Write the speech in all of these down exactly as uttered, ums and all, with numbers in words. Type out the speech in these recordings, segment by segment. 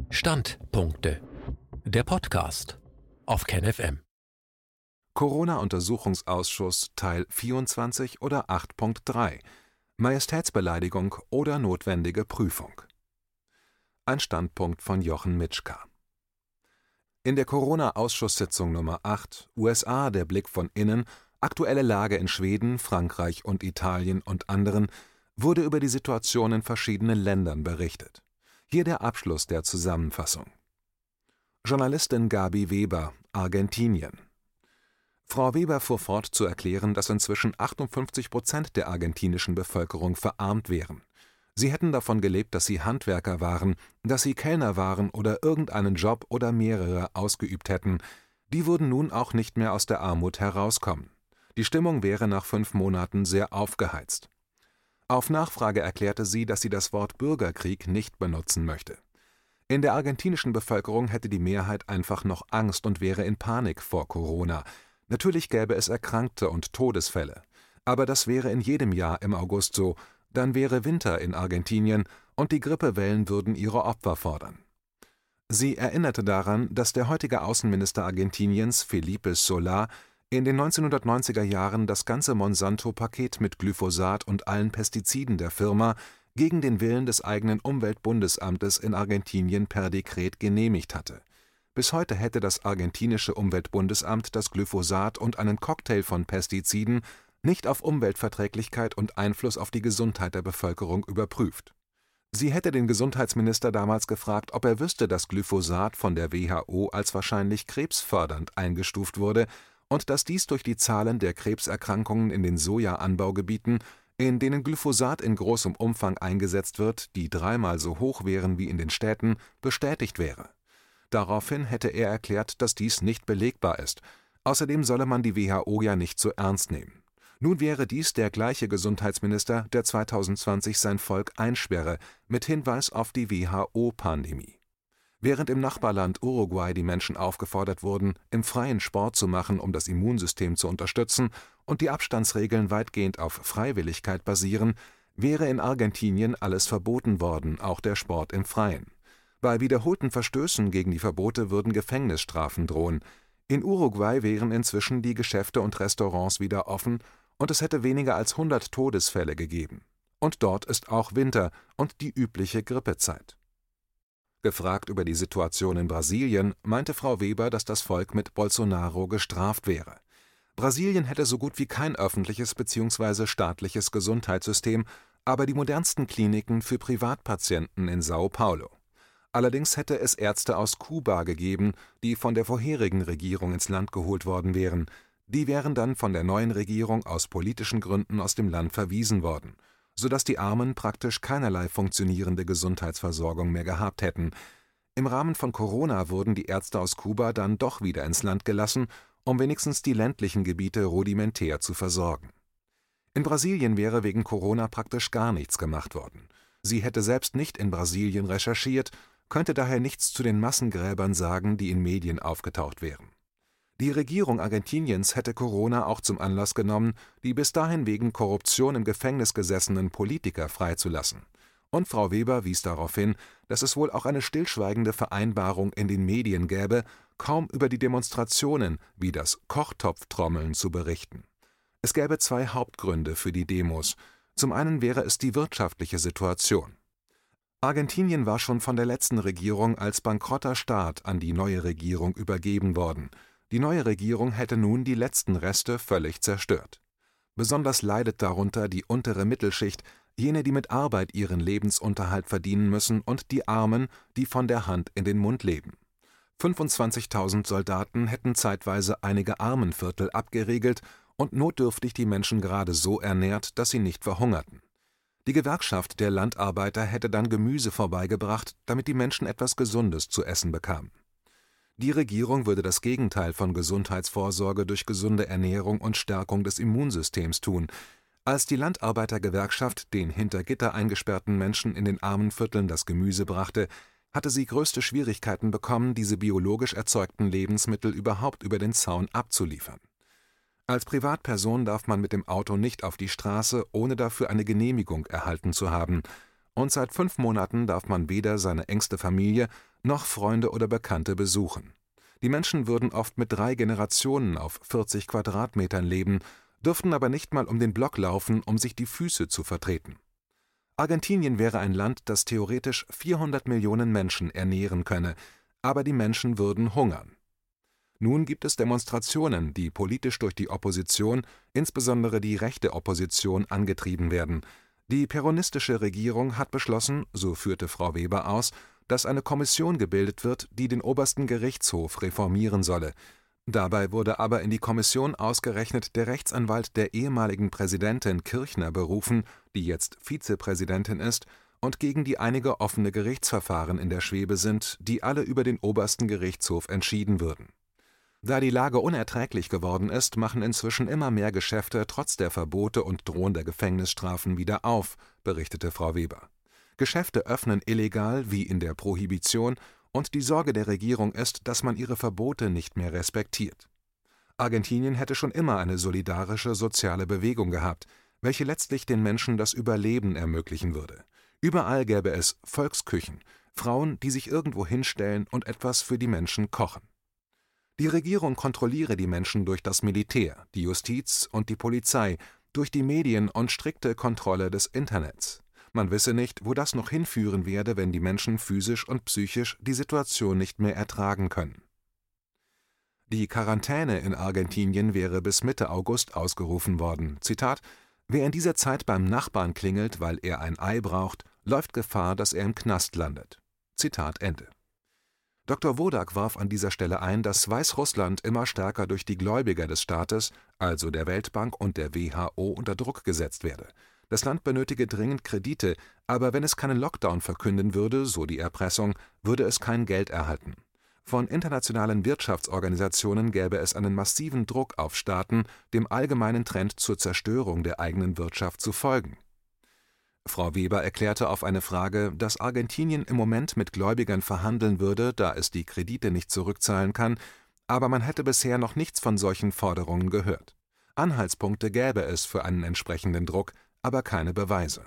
Standpunkte. Der Podcast auf KenFM. Corona-Untersuchungsausschuss Teil vierundzwanzig oder acht Punkt drei. Majestätsbeleidigung oder notwendige Prüfung. Ein Standpunkt von Jochen Mitschka. In der Corona-Ausschusssitzung Nummer acht, U S A, der Blick von innen, aktuelle Lage in Schweden, Frankreich und Italien und anderen, wurde über die Situation in verschiedenen Ländern berichtet. Hier der Abschluss der Zusammenfassung. Journalistin Gabi Weber, Argentinien. Frau Weber fuhr fort zu erklären, dass inzwischen achtundfünfzig Prozent der argentinischen Bevölkerung verarmt wären. Sie hätten davon gelebt, dass sie Handwerker waren, dass sie Kellner waren oder irgendeinen Job oder mehrere ausgeübt hätten. Die würden nun auch nicht mehr aus der Armut herauskommen. Die Stimmung wäre nach fünf Monaten sehr aufgeheizt. Auf Nachfrage erklärte sie, dass sie das Wort Bürgerkrieg nicht benutzen möchte. In der argentinischen Bevölkerung hätte die Mehrheit einfach noch Angst und wäre in Panik vor Corona. Natürlich gäbe es Erkrankte und Todesfälle. Aber das wäre in jedem Jahr im August so. Dann wäre Winter in Argentinien und die Grippewellen würden ihre Opfer fordern. Sie erinnerte daran, dass der heutige Außenminister Argentiniens, Felipe Solá, in den neunzehnhundertneunziger Jahren das ganze Monsanto-Paket mit Glyphosat und allen Pestiziden der Firma gegen den Willen des eigenen Umweltbundesamtes in Argentinien per Dekret genehmigt hatte. Bis heute hätte das argentinische Umweltbundesamt das Glyphosat und einen Cocktail von Pestiziden nicht auf Umweltverträglichkeit und Einfluss auf die Gesundheit der Bevölkerung überprüft. Sie hätte den Gesundheitsminister damals gefragt, ob er wüsste, dass Glyphosat von der W H O als wahrscheinlich krebsfördernd eingestuft wurde und dass dies durch die Zahlen der Krebserkrankungen in den Sojaanbaugebieten, in denen Glyphosat in großem Umfang eingesetzt wird, die dreimal so hoch wären wie in den Städten, bestätigt wäre. Daraufhin hätte er erklärt, dass dies nicht belegbar ist. Außerdem solle man die W H O ja nicht so ernst nehmen. Nun wäre dies der gleiche Gesundheitsminister, der zweitausendzwanzig sein Volk einsperre, mit Hinweis auf die W H O-Pandemie. Während im Nachbarland Uruguay die Menschen aufgefordert wurden, im Freien Sport zu machen, um das Immunsystem zu unterstützen, und die Abstandsregeln weitgehend auf Freiwilligkeit basieren, wäre in Argentinien alles verboten worden, auch der Sport im Freien. Bei wiederholten Verstößen gegen die Verbote würden Gefängnisstrafen drohen. In Uruguay wären inzwischen die Geschäfte und Restaurants wieder offen und es hätte weniger als hundert Todesfälle gegeben. Und dort ist auch Winter und die übliche Grippezeit. Gefragt über die Situation in Brasilien, meinte Frau Weber, dass das Volk mit Bolsonaro gestraft wäre. Brasilien hätte so gut wie kein öffentliches bzw. staatliches Gesundheitssystem, aber die modernsten Kliniken für Privatpatienten in Sao Paulo. Allerdings hätte es Ärzte aus Kuba gegeben, die von der vorherigen Regierung ins Land geholt worden wären. Die wären dann von der neuen Regierung aus politischen Gründen aus dem Land verwiesen worden, sodass die Armen praktisch keinerlei funktionierende Gesundheitsversorgung mehr gehabt hätten. Im Rahmen von Corona wurden die Ärzte aus Kuba dann doch wieder ins Land gelassen, um wenigstens die ländlichen Gebiete rudimentär zu versorgen. In Brasilien wäre wegen Corona praktisch gar nichts gemacht worden. Sie hätte selbst nicht in Brasilien recherchiert, könnte daher nichts zu den Massengräbern sagen, die in Medien aufgetaucht wären. Die Regierung Argentiniens hätte Corona auch zum Anlass genommen, die bis dahin wegen Korruption im Gefängnis gesessenen Politiker freizulassen. Und Frau Weber wies darauf hin, dass es wohl auch eine stillschweigende Vereinbarung in den Medien gäbe, kaum über die Demonstrationen wie das Kochtopftrommeln zu berichten. Es gäbe zwei Hauptgründe für die Demos. Zum einen wäre es die wirtschaftliche Situation. Argentinien war schon von der letzten Regierung als bankrotter Staat an die neue Regierung übergeben worden. Die neue Regierung hätte nun die letzten Reste völlig zerstört. Besonders leidet darunter die untere Mittelschicht, jene, die mit Arbeit ihren Lebensunterhalt verdienen müssen, und die Armen, die von der Hand in den Mund leben. fünfundzwanzigtausend Soldaten hätten zeitweise einige Armenviertel abgeriegelt und notdürftig die Menschen gerade so ernährt, dass sie nicht verhungerten. Die Gewerkschaft der Landarbeiter hätte dann Gemüse vorbeigebracht, damit die Menschen etwas Gesundes zu essen bekamen. Die Regierung würde das Gegenteil von Gesundheitsvorsorge durch gesunde Ernährung und Stärkung des Immunsystems tun. Als die Landarbeitergewerkschaft den hinter Gitter eingesperrten Menschen in den armen Vierteln das Gemüse brachte, hatte sie größte Schwierigkeiten bekommen, diese biologisch erzeugten Lebensmittel überhaupt über den Zaun abzuliefern. Als Privatperson darf man mit dem Auto nicht auf die Straße, ohne dafür eine Genehmigung erhalten zu haben. Und seit fünf Monaten darf man weder seine engste Familie noch Freunde oder Bekannte besuchen. Die Menschen würden oft mit drei Generationen auf vierzig Quadratmetern leben, dürften aber nicht mal um den Block laufen, um sich die Füße zu vertreten. Argentinien wäre ein Land, das theoretisch vierhundert Millionen Menschen ernähren könne, aber die Menschen würden hungern. Nun gibt es Demonstrationen, die politisch durch die Opposition, insbesondere die rechte Opposition, angetrieben werden. Die peronistische Regierung hat beschlossen, so führte Frau Weber aus, dass eine Kommission gebildet wird, die den obersten Gerichtshof reformieren solle. Dabei wurde aber in die Kommission ausgerechnet der Rechtsanwalt der ehemaligen Präsidentin Kirchner berufen, die jetzt Vizepräsidentin ist, und gegen die einige offene Gerichtsverfahren in der Schwebe sind, die alle über den obersten Gerichtshof entschieden würden. Da die Lage unerträglich geworden ist, machen inzwischen immer mehr Geschäfte trotz der Verbote und drohender Gefängnisstrafen wieder auf, berichtete Frau Weber. Geschäfte öffnen illegal wie in der Prohibition, und die Sorge der Regierung ist, dass man ihre Verbote nicht mehr respektiert. Argentinien hätte schon immer eine solidarische soziale Bewegung gehabt, welche letztlich den Menschen das Überleben ermöglichen würde. Überall gäbe es Volksküchen, Frauen, die sich irgendwo hinstellen und etwas für die Menschen kochen. Die Regierung kontrolliere die Menschen durch das Militär, die Justiz und die Polizei, durch die Medien und strikte Kontrolle des Internets. Man wisse nicht, wo das noch hinführen werde, wenn die Menschen physisch und psychisch die Situation nicht mehr ertragen können. Die Quarantäne in Argentinien wäre bis Mitte August ausgerufen worden. Zitat: Wer in dieser Zeit beim Nachbarn klingelt, weil er ein Ei braucht, läuft Gefahr, dass er im Knast landet. Zitat Ende. Doktor Wodak warf an dieser Stelle ein, dass Weißrussland immer stärker durch die Gläubiger des Staates, also der Weltbank und der W H O, unter Druck gesetzt werde. Das Land benötige dringend Kredite, aber wenn es keinen Lockdown verkünden würde, so die Erpressung, würde es kein Geld erhalten. Von internationalen Wirtschaftsorganisationen gäbe es einen massiven Druck auf Staaten, dem allgemeinen Trend zur Zerstörung der eigenen Wirtschaft zu folgen. Frau Weber erklärte auf eine Frage, dass Argentinien im Moment mit Gläubigern verhandeln würde, da es die Kredite nicht zurückzahlen kann, aber man hätte bisher noch nichts von solchen Forderungen gehört. Anhaltspunkte gäbe es für einen entsprechenden Druck, aber keine Beweise.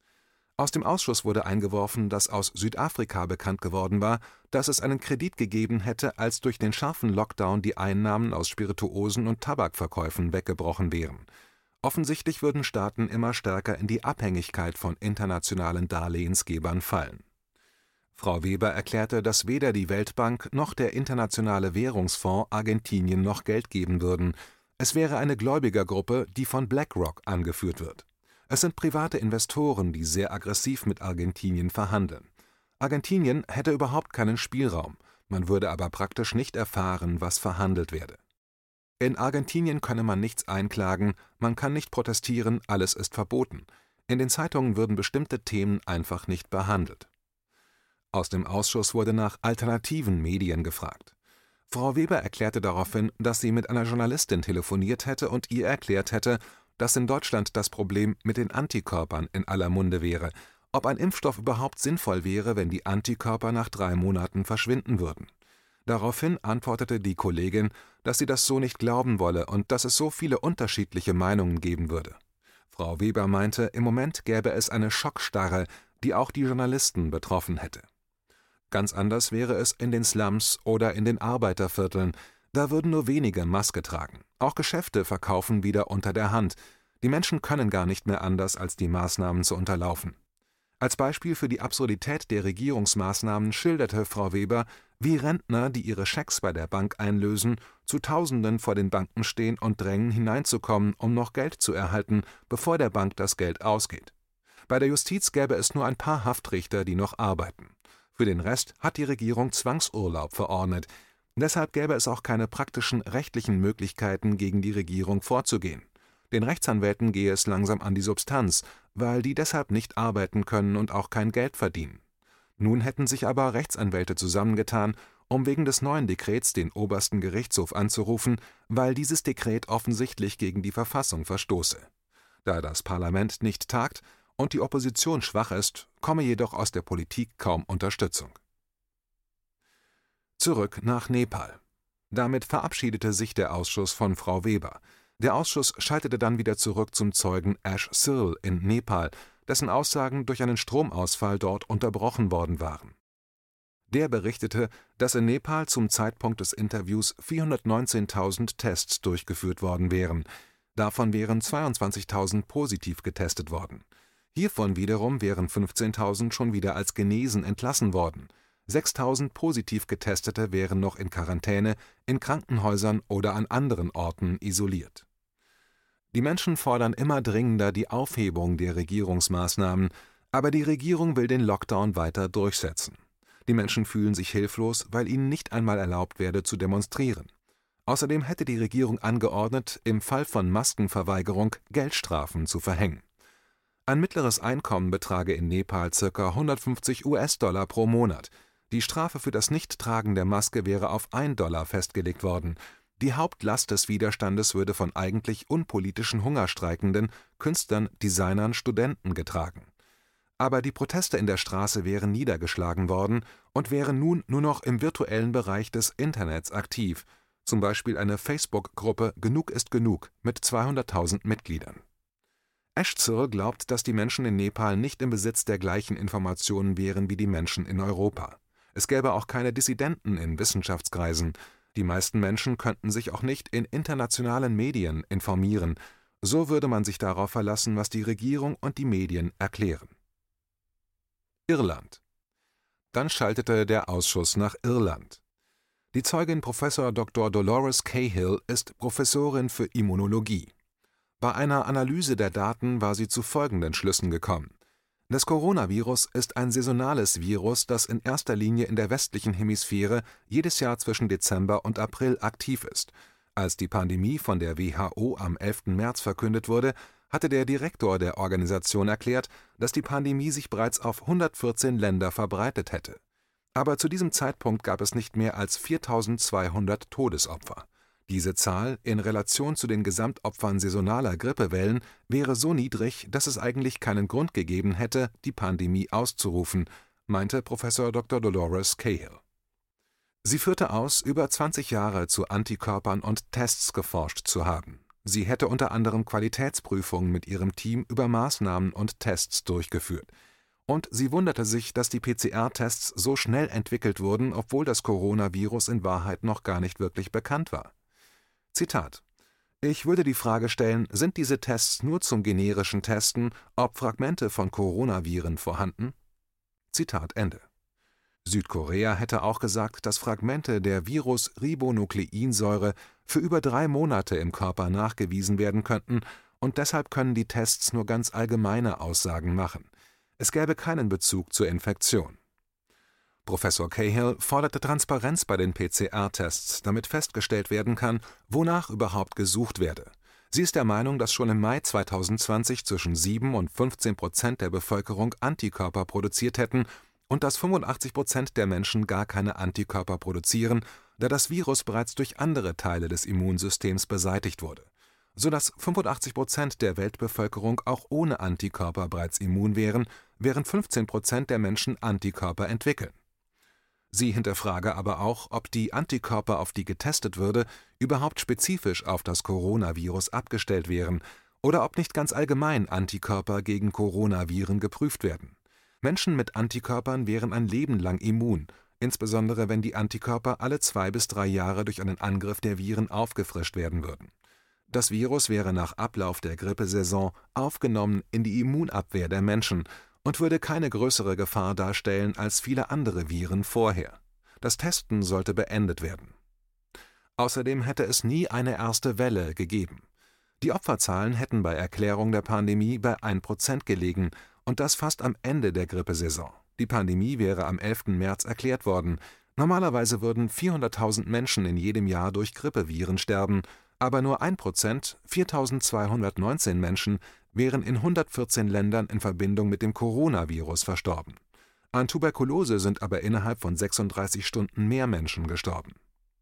Aus dem Ausschuss wurde eingeworfen, dass aus Südafrika bekannt geworden war, dass es einen Kredit gegeben hätte, als durch den scharfen Lockdown die Einnahmen aus Spirituosen und Tabakverkäufen weggebrochen wären. Offensichtlich würden Staaten immer stärker in die Abhängigkeit von internationalen Darlehensgebern fallen. Frau Weber erklärte, dass weder die Weltbank noch der Internationale Währungsfonds Argentinien noch Geld geben würden. Es wäre eine Gläubigergruppe, die von BlackRock angeführt wird. Es sind private Investoren, die sehr aggressiv mit Argentinien verhandeln. Argentinien hätte überhaupt keinen Spielraum, man würde aber praktisch nicht erfahren, was verhandelt werde. In Argentinien könne man nichts einklagen, man kann nicht protestieren, alles ist verboten. In den Zeitungen würden bestimmte Themen einfach nicht behandelt. Aus dem Ausschuss wurde nach alternativen Medien gefragt. Frau Weber erklärte daraufhin, dass sie mit einer Journalistin telefoniert hätte und ihr erklärt hätte, dass in Deutschland das Problem mit den Antikörpern in aller Munde wäre, ob ein Impfstoff überhaupt sinnvoll wäre, wenn die Antikörper nach drei Monaten verschwinden würden. Daraufhin antwortete die Kollegin, dass sie das so nicht glauben wolle und dass es so viele unterschiedliche Meinungen geben würde. Frau Weber meinte, im Moment gäbe es eine Schockstarre, die auch die Journalisten betroffen hätte. Ganz anders wäre es in den Slums oder in den Arbeitervierteln. Da würden nur wenige Maske tragen. Auch Geschäfte verkaufen wieder unter der Hand. Die Menschen können gar nicht mehr anders, als die Maßnahmen zu unterlaufen. Als Beispiel für die Absurdität der Regierungsmaßnahmen schilderte Frau Weber, wie Rentner, die ihre Schecks bei der Bank einlösen, zu Tausenden vor den Banken stehen und drängen, hineinzukommen, um noch Geld zu erhalten, bevor der Bank das Geld ausgeht. Bei der Justiz gäbe es nur ein paar Haftrichter, die noch arbeiten. Für den Rest hat die Regierung Zwangsurlaub verordnet. Deshalb gäbe es auch keine praktischen rechtlichen Möglichkeiten, gegen die Regierung vorzugehen. Den Rechtsanwälten gehe es langsam an die Substanz, weil die deshalb nicht arbeiten können und auch kein Geld verdienen. Nun hätten sich aber Rechtsanwälte zusammengetan, um wegen des neuen Dekrets den obersten Gerichtshof anzurufen, weil dieses Dekret offensichtlich gegen die Verfassung verstoße. Da das Parlament nicht tagt und die Opposition schwach ist, komme jedoch aus der Politik kaum Unterstützung. Zurück nach Nepal. Damit verabschiedete sich der Ausschuss von Frau Weber. Der Ausschuss schaltete dann wieder zurück zum Zeugen Ash Searle in Nepal, dessen Aussagen durch einen Stromausfall dort unterbrochen worden waren. Der berichtete, dass in Nepal zum Zeitpunkt des Interviews vierhundertneunzehntausend Tests durchgeführt worden wären. Davon wären zweiundzwanzigtausend positiv getestet worden. Hiervon wiederum wären fünfzehntausend schon wieder als genesen entlassen worden. sechstausend positiv Getestete wären noch in Quarantäne, in Krankenhäusern oder an anderen Orten isoliert. Die Menschen fordern immer dringender die Aufhebung der Regierungsmaßnahmen, aber die Regierung will den Lockdown weiter durchsetzen. Die Menschen fühlen sich hilflos, weil ihnen nicht einmal erlaubt werde, zu demonstrieren. Außerdem hätte die Regierung angeordnet, im Fall von Maskenverweigerung Geldstrafen zu verhängen. Ein mittleres Einkommen betrage in Nepal ca. hundertfünfzig US-Dollar pro Monat. Die Strafe für das Nichttragen der Maske wäre auf ein Dollar festgelegt worden. Die Hauptlast des Widerstandes würde von eigentlich unpolitischen Hungerstreikenden, Künstlern, Designern, Studenten getragen. Aber die Proteste in der Straße wären niedergeschlagen worden und wären nun nur noch im virtuellen Bereich des Internets aktiv, zum Beispiel eine Facebook-Gruppe Genug ist genug mit zweihunderttausend Mitgliedern. Ash Searle glaubt, dass die Menschen in Nepal nicht im Besitz der gleichen Informationen wären wie die Menschen in Europa. Es gäbe auch keine Dissidenten in Wissenschaftskreisen. Die meisten Menschen könnten sich auch nicht in internationalen Medien informieren. So würde man sich darauf verlassen, was die Regierung und die Medien erklären. Irland. Dann schaltete der Ausschuss nach Irland. Die Zeugin Professor Doktor Dolores Cahill ist Professorin für Immunologie. Bei einer Analyse der Daten war sie zu folgenden Schlüssen gekommen. Das Coronavirus ist ein saisonales Virus, das in erster Linie in der westlichen Hemisphäre jedes Jahr zwischen Dezember und April aktiv ist. Als die Pandemie von der W H O am elften März verkündet wurde, hatte der Direktor der Organisation erklärt, dass die Pandemie sich bereits auf hundertvierzehn Länder verbreitet hätte. Aber zu diesem Zeitpunkt gab es nicht mehr als viertausendzweihundert Todesopfer. Diese Zahl in Relation zu den Gesamtopfern saisonaler Grippewellen wäre so niedrig, dass es eigentlich keinen Grund gegeben hätte, die Pandemie auszurufen, meinte Professor Doktor Dolores Cahill. Sie führte aus, über zwanzig Jahre zu Antikörpern und Tests geforscht zu haben. Sie hätte unter anderem Qualitätsprüfungen mit ihrem Team über Maßnahmen und Tests durchgeführt. Und sie wunderte sich, dass die P C R-Tests so schnell entwickelt wurden, obwohl das Coronavirus in Wahrheit noch gar nicht wirklich bekannt war. Zitat: Ich würde die Frage stellen, sind diese Tests nur zum generischen Testen, ob Fragmente von Coronaviren vorhanden? Zitat Ende. Südkorea hätte auch gesagt, dass Fragmente der Virus-Ribonukleinsäure für über drei Monate im Körper nachgewiesen werden könnten und deshalb können die Tests nur ganz allgemeine Aussagen machen. Es gäbe keinen Bezug zur Infektion. Professor Cahill forderte Transparenz bei den P C R-Tests, damit festgestellt werden kann, wonach überhaupt gesucht werde. Sie ist der Meinung, dass schon im Mai zweitausendzwanzig zwischen sieben und fünfzehn Prozent der Bevölkerung Antikörper produziert hätten und dass fünfundachtzig Prozent der Menschen gar keine Antikörper produzieren, da das Virus bereits durch andere Teile des Immunsystems beseitigt wurde, sodass fünfundachtzig Prozent der Weltbevölkerung auch ohne Antikörper bereits immun wären, während fünfzehn Prozent der Menschen Antikörper entwickeln. Sie hinterfrage aber auch, ob die Antikörper, auf die getestet würde, überhaupt spezifisch auf das Coronavirus abgestellt wären oder ob nicht ganz allgemein Antikörper gegen Coronaviren geprüft werden. Menschen mit Antikörpern wären ein Leben lang immun, insbesondere wenn die Antikörper alle zwei bis drei Jahre durch einen Angriff der Viren aufgefrischt werden würden. Das Virus wäre nach Ablauf der Grippesaison aufgenommen in die Immunabwehr der Menschen und würde keine größere Gefahr darstellen als viele andere Viren vorher. Das Testen sollte beendet werden. Außerdem hätte es nie eine erste Welle gegeben. Die Opferzahlen hätten bei Erklärung der Pandemie bei ein Prozent gelegen, und das fast am Ende der Grippesaison. Die Pandemie wäre am elften März erklärt worden. Normalerweise würden vierhunderttausend Menschen in jedem Jahr durch Grippeviren sterben, aber nur ein Prozent, viertausendzweihundertneunzehn Menschen, wären in hundertvierzehn Ländern in Verbindung mit dem Coronavirus verstorben. An Tuberkulose sind aber innerhalb von sechsunddreißig Stunden mehr Menschen gestorben.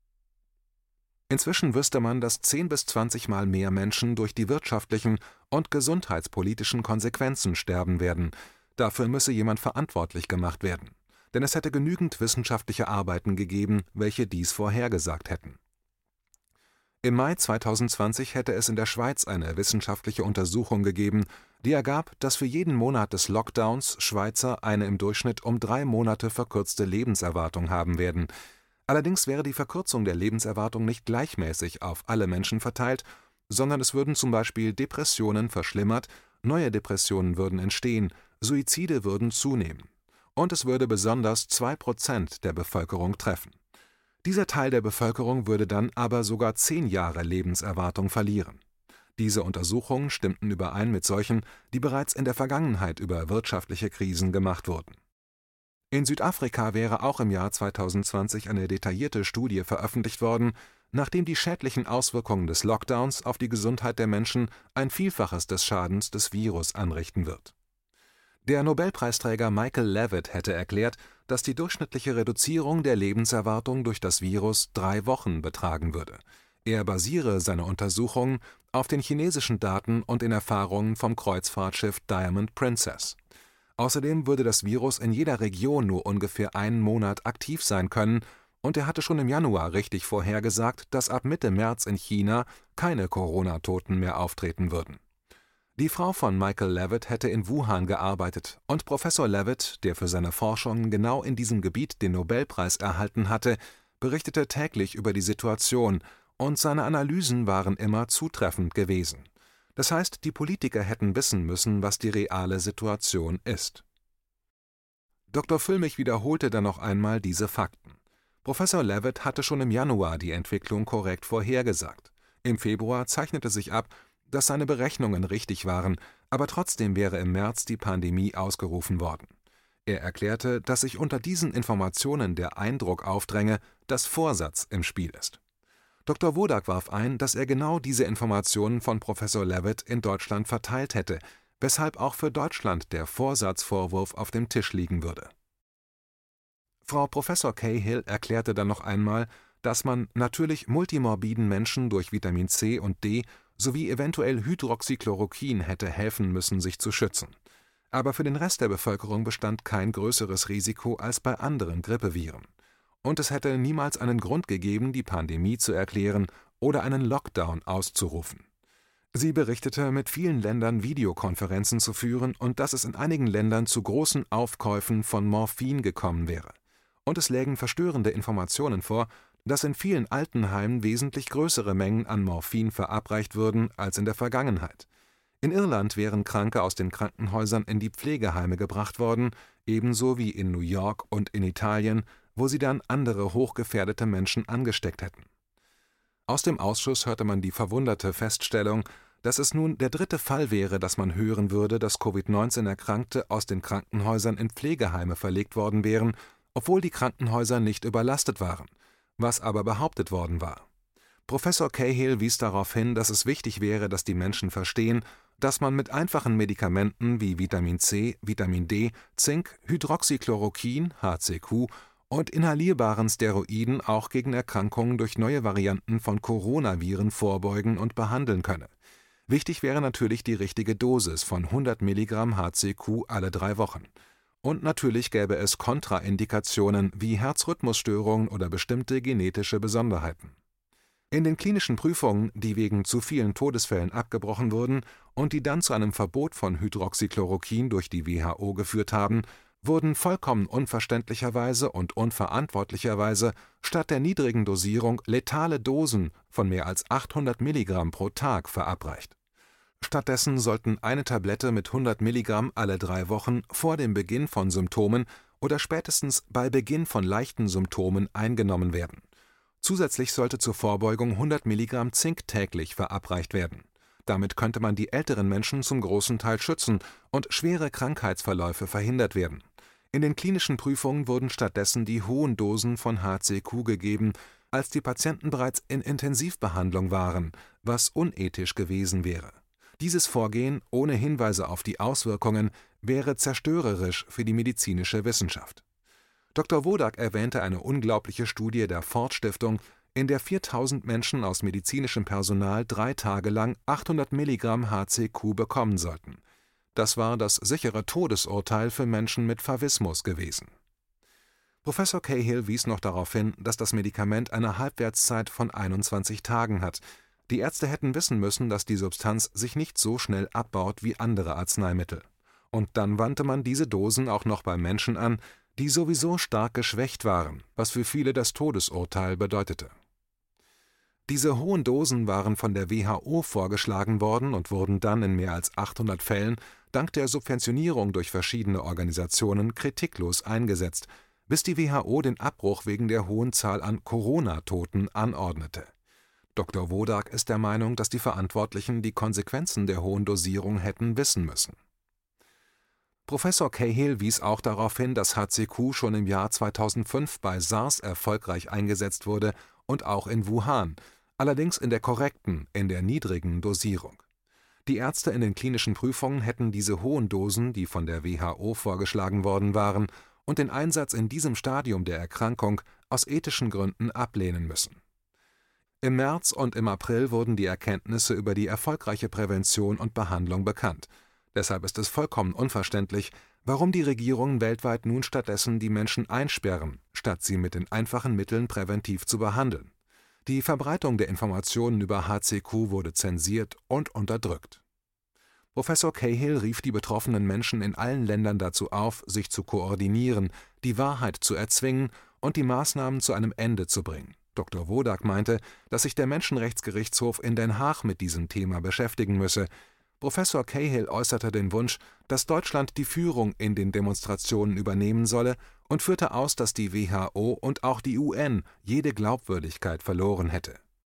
Inzwischen wüsste man, dass zehn bis zwanzig Mal mehr Menschen durch die wirtschaftlichen und gesundheitspolitischen Konsequenzen sterben werden. Dafür müsse jemand verantwortlich gemacht werden. Denn es hätte genügend wissenschaftliche Arbeiten gegeben, welche dies vorhergesagt hätten. Im Mai zweitausendzwanzig hätte es in der Schweiz eine wissenschaftliche Untersuchung gegeben, die ergab, dass für jeden Monat des Lockdowns Schweizer eine im Durchschnitt um drei Monate verkürzte Lebenserwartung haben werden. Allerdings wäre die Verkürzung der Lebenserwartung nicht gleichmäßig auf alle Menschen verteilt, sondern es würden zum Beispiel Depressionen verschlimmert, neue Depressionen würden entstehen, Suizide würden zunehmen. Und es würde besonders zwei Prozent der Bevölkerung treffen. Dieser Teil der Bevölkerung würde dann aber sogar zehn Jahre Lebenserwartung verlieren. Diese Untersuchungen stimmten überein mit solchen, die bereits in der Vergangenheit über wirtschaftliche Krisen gemacht wurden. In Südafrika wäre auch im Jahr zweitausendzwanzig eine detaillierte Studie veröffentlicht worden, nachdem die schädlichen Auswirkungen des Lockdowns auf die Gesundheit der Menschen ein Vielfaches des Schadens des Virus anrichten wird. Der Nobelpreisträger Michael Levitt hätte erklärt, dass die durchschnittliche Reduzierung der Lebenserwartung durch das Virus drei Wochen betragen würde. Er basiere seine Untersuchungen auf den chinesischen Daten und den Erfahrungen vom Kreuzfahrtschiff Diamond Princess. Außerdem würde das Virus in jeder Region nur ungefähr einen Monat aktiv sein können, und er hatte schon im Januar richtig vorhergesagt, dass ab Mitte März in China keine Corona-Toten mehr auftreten würden. Die Frau von Michael Levitt hätte in Wuhan gearbeitet, und Professor Levitt, der für seine Forschungen genau in diesem Gebiet den Nobelpreis erhalten hatte, berichtete täglich über die Situation, und seine Analysen waren immer zutreffend gewesen. Das heißt, die Politiker hätten wissen müssen, was die reale Situation ist. Doktor Füllmich wiederholte dann noch einmal diese Fakten. Professor Levitt hatte schon im Januar die Entwicklung korrekt vorhergesagt. Im Februar zeichnete sich ab, dass seine Berechnungen richtig waren, aber trotzdem wäre im März die Pandemie ausgerufen worden. Er erklärte, dass sich unter diesen Informationen der Eindruck aufdränge, dass Vorsatz im Spiel ist. Doktor Wodak warf ein, dass er genau diese Informationen von Professor Levitt in Deutschland verteilt hätte, weshalb auch für Deutschland der Vorsatzvorwurf auf dem Tisch liegen würde. Frau Professor Cahill erklärte dann noch einmal, dass man natürlich multimorbiden Menschen durch Vitamin C und D sowie eventuell Hydroxychloroquin hätte helfen müssen, sich zu schützen. Aber für den Rest der Bevölkerung bestand kein größeres Risiko als bei anderen Grippeviren. Und es hätte niemals einen Grund gegeben, die Pandemie zu erklären oder einen Lockdown auszurufen. Sie berichtete, mit vielen Ländern Videokonferenzen zu führen und dass es in einigen Ländern zu großen Aufkäufen von Morphin gekommen wäre. Und es lägen verstörende Informationen vor, dass in vielen Altenheimen wesentlich größere Mengen an Morphin verabreicht würden als in der Vergangenheit. In Irland wären Kranke aus den Krankenhäusern in die Pflegeheime gebracht worden, ebenso wie in New York und in Italien, wo sie dann andere hochgefährdete Menschen angesteckt hätten. Aus dem Ausschuss hörte man die verwunderte Feststellung, dass es nun der dritte Fall wäre, dass man hören würde, dass Covid neunzehn Erkrankte aus den Krankenhäusern in Pflegeheime verlegt worden wären, obwohl die Krankenhäuser nicht überlastet waren, was aber behauptet worden war. Professor Cahill wies darauf hin, dass es wichtig wäre, dass die Menschen verstehen, dass man mit einfachen Medikamenten wie Vitamin C, Vitamin D, Zink, Hydroxychloroquin, H C Q und inhalierbaren Steroiden auch gegen Erkrankungen durch neue Varianten von Coronaviren vorbeugen und behandeln könne. Wichtig wäre natürlich die richtige Dosis von hundert Milligramm H C Q alle drei Wochen. Und natürlich gäbe es Kontraindikationen wie Herzrhythmusstörungen oder bestimmte genetische Besonderheiten. In den klinischen Prüfungen, die wegen zu vielen Todesfällen abgebrochen wurden und die dann zu einem Verbot von Hydroxychloroquin durch die W H O geführt haben, wurden vollkommen unverständlicherweise und unverantwortlicherweise statt der niedrigen Dosierung letale Dosen von mehr als achthundert Milligramm pro Tag verabreicht. Stattdessen sollten eine Tablette mit hundert Milligramm alle drei Wochen vor dem Beginn von Symptomen oder spätestens bei Beginn von leichten Symptomen eingenommen werden. Zusätzlich sollte zur Vorbeugung hundert Milligramm Zink täglich verabreicht werden. Damit könnte man die älteren Menschen zum großen Teil schützen und schwere Krankheitsverläufe verhindert werden. In den klinischen Prüfungen wurden stattdessen die hohen Dosen von H C Q gegeben, als die Patienten bereits in Intensivbehandlung waren, was unethisch gewesen wäre. Dieses Vorgehen ohne Hinweise auf die Auswirkungen wäre zerstörerisch für die medizinische Wissenschaft. Doktor Wodak erwähnte eine unglaubliche Studie der Ford-Stiftung, in der viertausend Menschen aus medizinischem Personal drei Tage lang achthundert Milligramm H C Q bekommen sollten. Das war das sichere Todesurteil für Menschen mit Favismus gewesen. Professor Cahill wies noch darauf hin, dass das Medikament eine Halbwertszeit von einundzwanzig Tagen hat. Die Ärzte hätten wissen müssen, dass die Substanz sich nicht so schnell abbaut wie andere Arzneimittel. Und dann wandte man diese Dosen auch noch bei Menschen an, die sowieso stark geschwächt waren, was für viele das Todesurteil bedeutete. Diese hohen Dosen waren von der W H O vorgeschlagen worden und wurden dann in mehr als achthundert Fällen dank der Subventionierung durch verschiedene Organisationen kritiklos eingesetzt, bis die W H O den Abbruch wegen der hohen Zahl an Corona-Toten anordnete. Doktor Wodak ist der Meinung, dass die Verantwortlichen die Konsequenzen der hohen Dosierung hätten wissen müssen. Professor Cahill wies auch darauf hin, dass H C Q schon im Jahr zweitausendfünf bei SARS erfolgreich eingesetzt wurde und auch in Wuhan, allerdings in der korrekten, in der niedrigen Dosierung. Die Ärzte in den klinischen Prüfungen hätten diese hohen Dosen, die von der W H O vorgeschlagen worden waren, und den Einsatz in diesem Stadium der Erkrankung aus ethischen Gründen ablehnen müssen. Im März und im April wurden die Erkenntnisse über die erfolgreiche Prävention und Behandlung bekannt. Deshalb ist es vollkommen unverständlich, warum die Regierungen weltweit nun stattdessen die Menschen einsperren, statt sie mit den einfachen Mitteln präventiv zu behandeln. Die Verbreitung der Informationen über H C Q wurde zensiert und unterdrückt. Professor Cahill rief die betroffenen Menschen in allen Ländern dazu auf, sich zu koordinieren, die Wahrheit zu erzwingen und die Maßnahmen zu einem Ende zu bringen. Doktor Wodak meinte, dass sich der Menschenrechtsgerichtshof in Den Haag mit diesem Thema beschäftigen müsse. Professor Cahill äußerte den Wunsch, dass Deutschland die Führung in den Demonstrationen übernehmen solle und führte aus, dass die W H O und auch die U N jede Glaubwürdigkeit verloren hätte.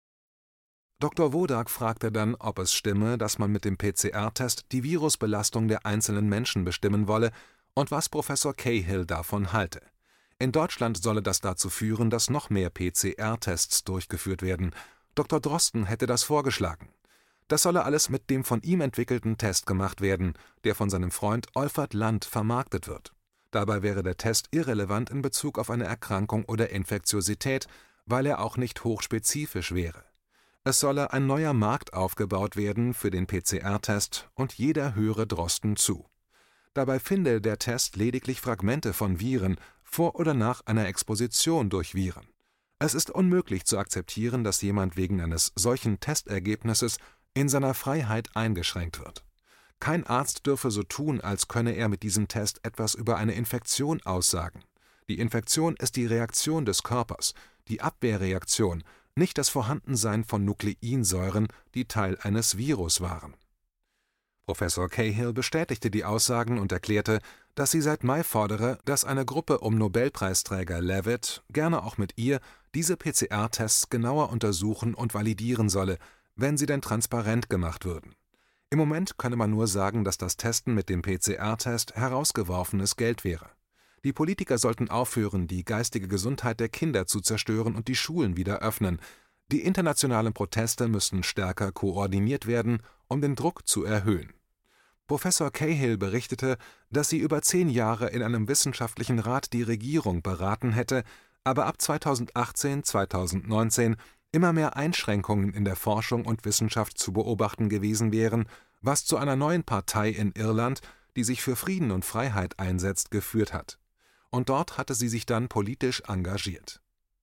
Doktor Wodak fragte dann, ob es stimme, dass man mit dem P C R-Test die Virusbelastung der einzelnen Menschen bestimmen wolle und was Professor Cahill davon halte. In Deutschland solle das dazu führen, dass noch mehr P C R-Tests durchgeführt werden. Doktor Drosten hätte das vorgeschlagen. Das solle alles mit dem von ihm entwickelten Test gemacht werden, der von seinem Freund Olfert Land vermarktet wird. Dabei wäre der Test irrelevant in Bezug auf eine Erkrankung oder Infektiosität, weil er auch nicht hochspezifisch wäre. Es solle ein neuer Markt aufgebaut werden für den P C R-Test und jeder höre Drosten zu. Dabei finde der Test lediglich Fragmente von Viren vor oder nach einer Exposition durch Viren. Es ist unmöglich zu akzeptieren, dass jemand wegen eines solchen Testergebnisses in seiner Freiheit eingeschränkt wird. Kein Arzt dürfe so tun, als könne er mit diesem Test etwas über eine Infektion aussagen. Die Infektion ist die Reaktion des Körpers, die Abwehrreaktion, nicht das Vorhandensein von Nukleinsäuren, die Teil eines Virus waren. Professor Cahill bestätigte die Aussagen und erklärte, dass sie seit Mai fordere, dass eine Gruppe um Nobelpreisträger Leavitt, gerne auch mit ihr, diese P C R-Tests genauer untersuchen und validieren solle, wenn sie denn transparent gemacht würden. Im Moment könne man nur sagen, dass das Testen mit dem P C R-Test herausgeworfenes Geld wäre. Die Politiker sollten aufhören, die geistige Gesundheit der Kinder zu zerstören und die Schulen wieder öffnen. Die internationalen Proteste müssen stärker koordiniert werden, um den Druck zu erhöhen. Professor Cahill berichtete, dass sie über zehn Jahre in einem wissenschaftlichen Rat die Regierung beraten hätte, aber ab zweitausendachtzehn, zweitausendneunzehn immer mehr Einschränkungen in der Forschung und Wissenschaft zu beobachten gewesen wären, was zu einer neuen Partei in Irland, die sich für Frieden und Freiheit einsetzt, geführt hat. Und dort hatte sie sich dann politisch engagiert.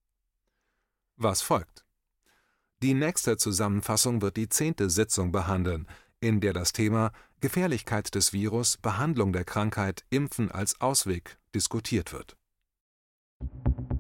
Was folgt? Die nächste Zusammenfassung wird die zehnte Sitzung behandeln, in der das Thema Gefährlichkeit des Virus, Behandlung der Krankheit, Impfen als Ausweg diskutiert wird.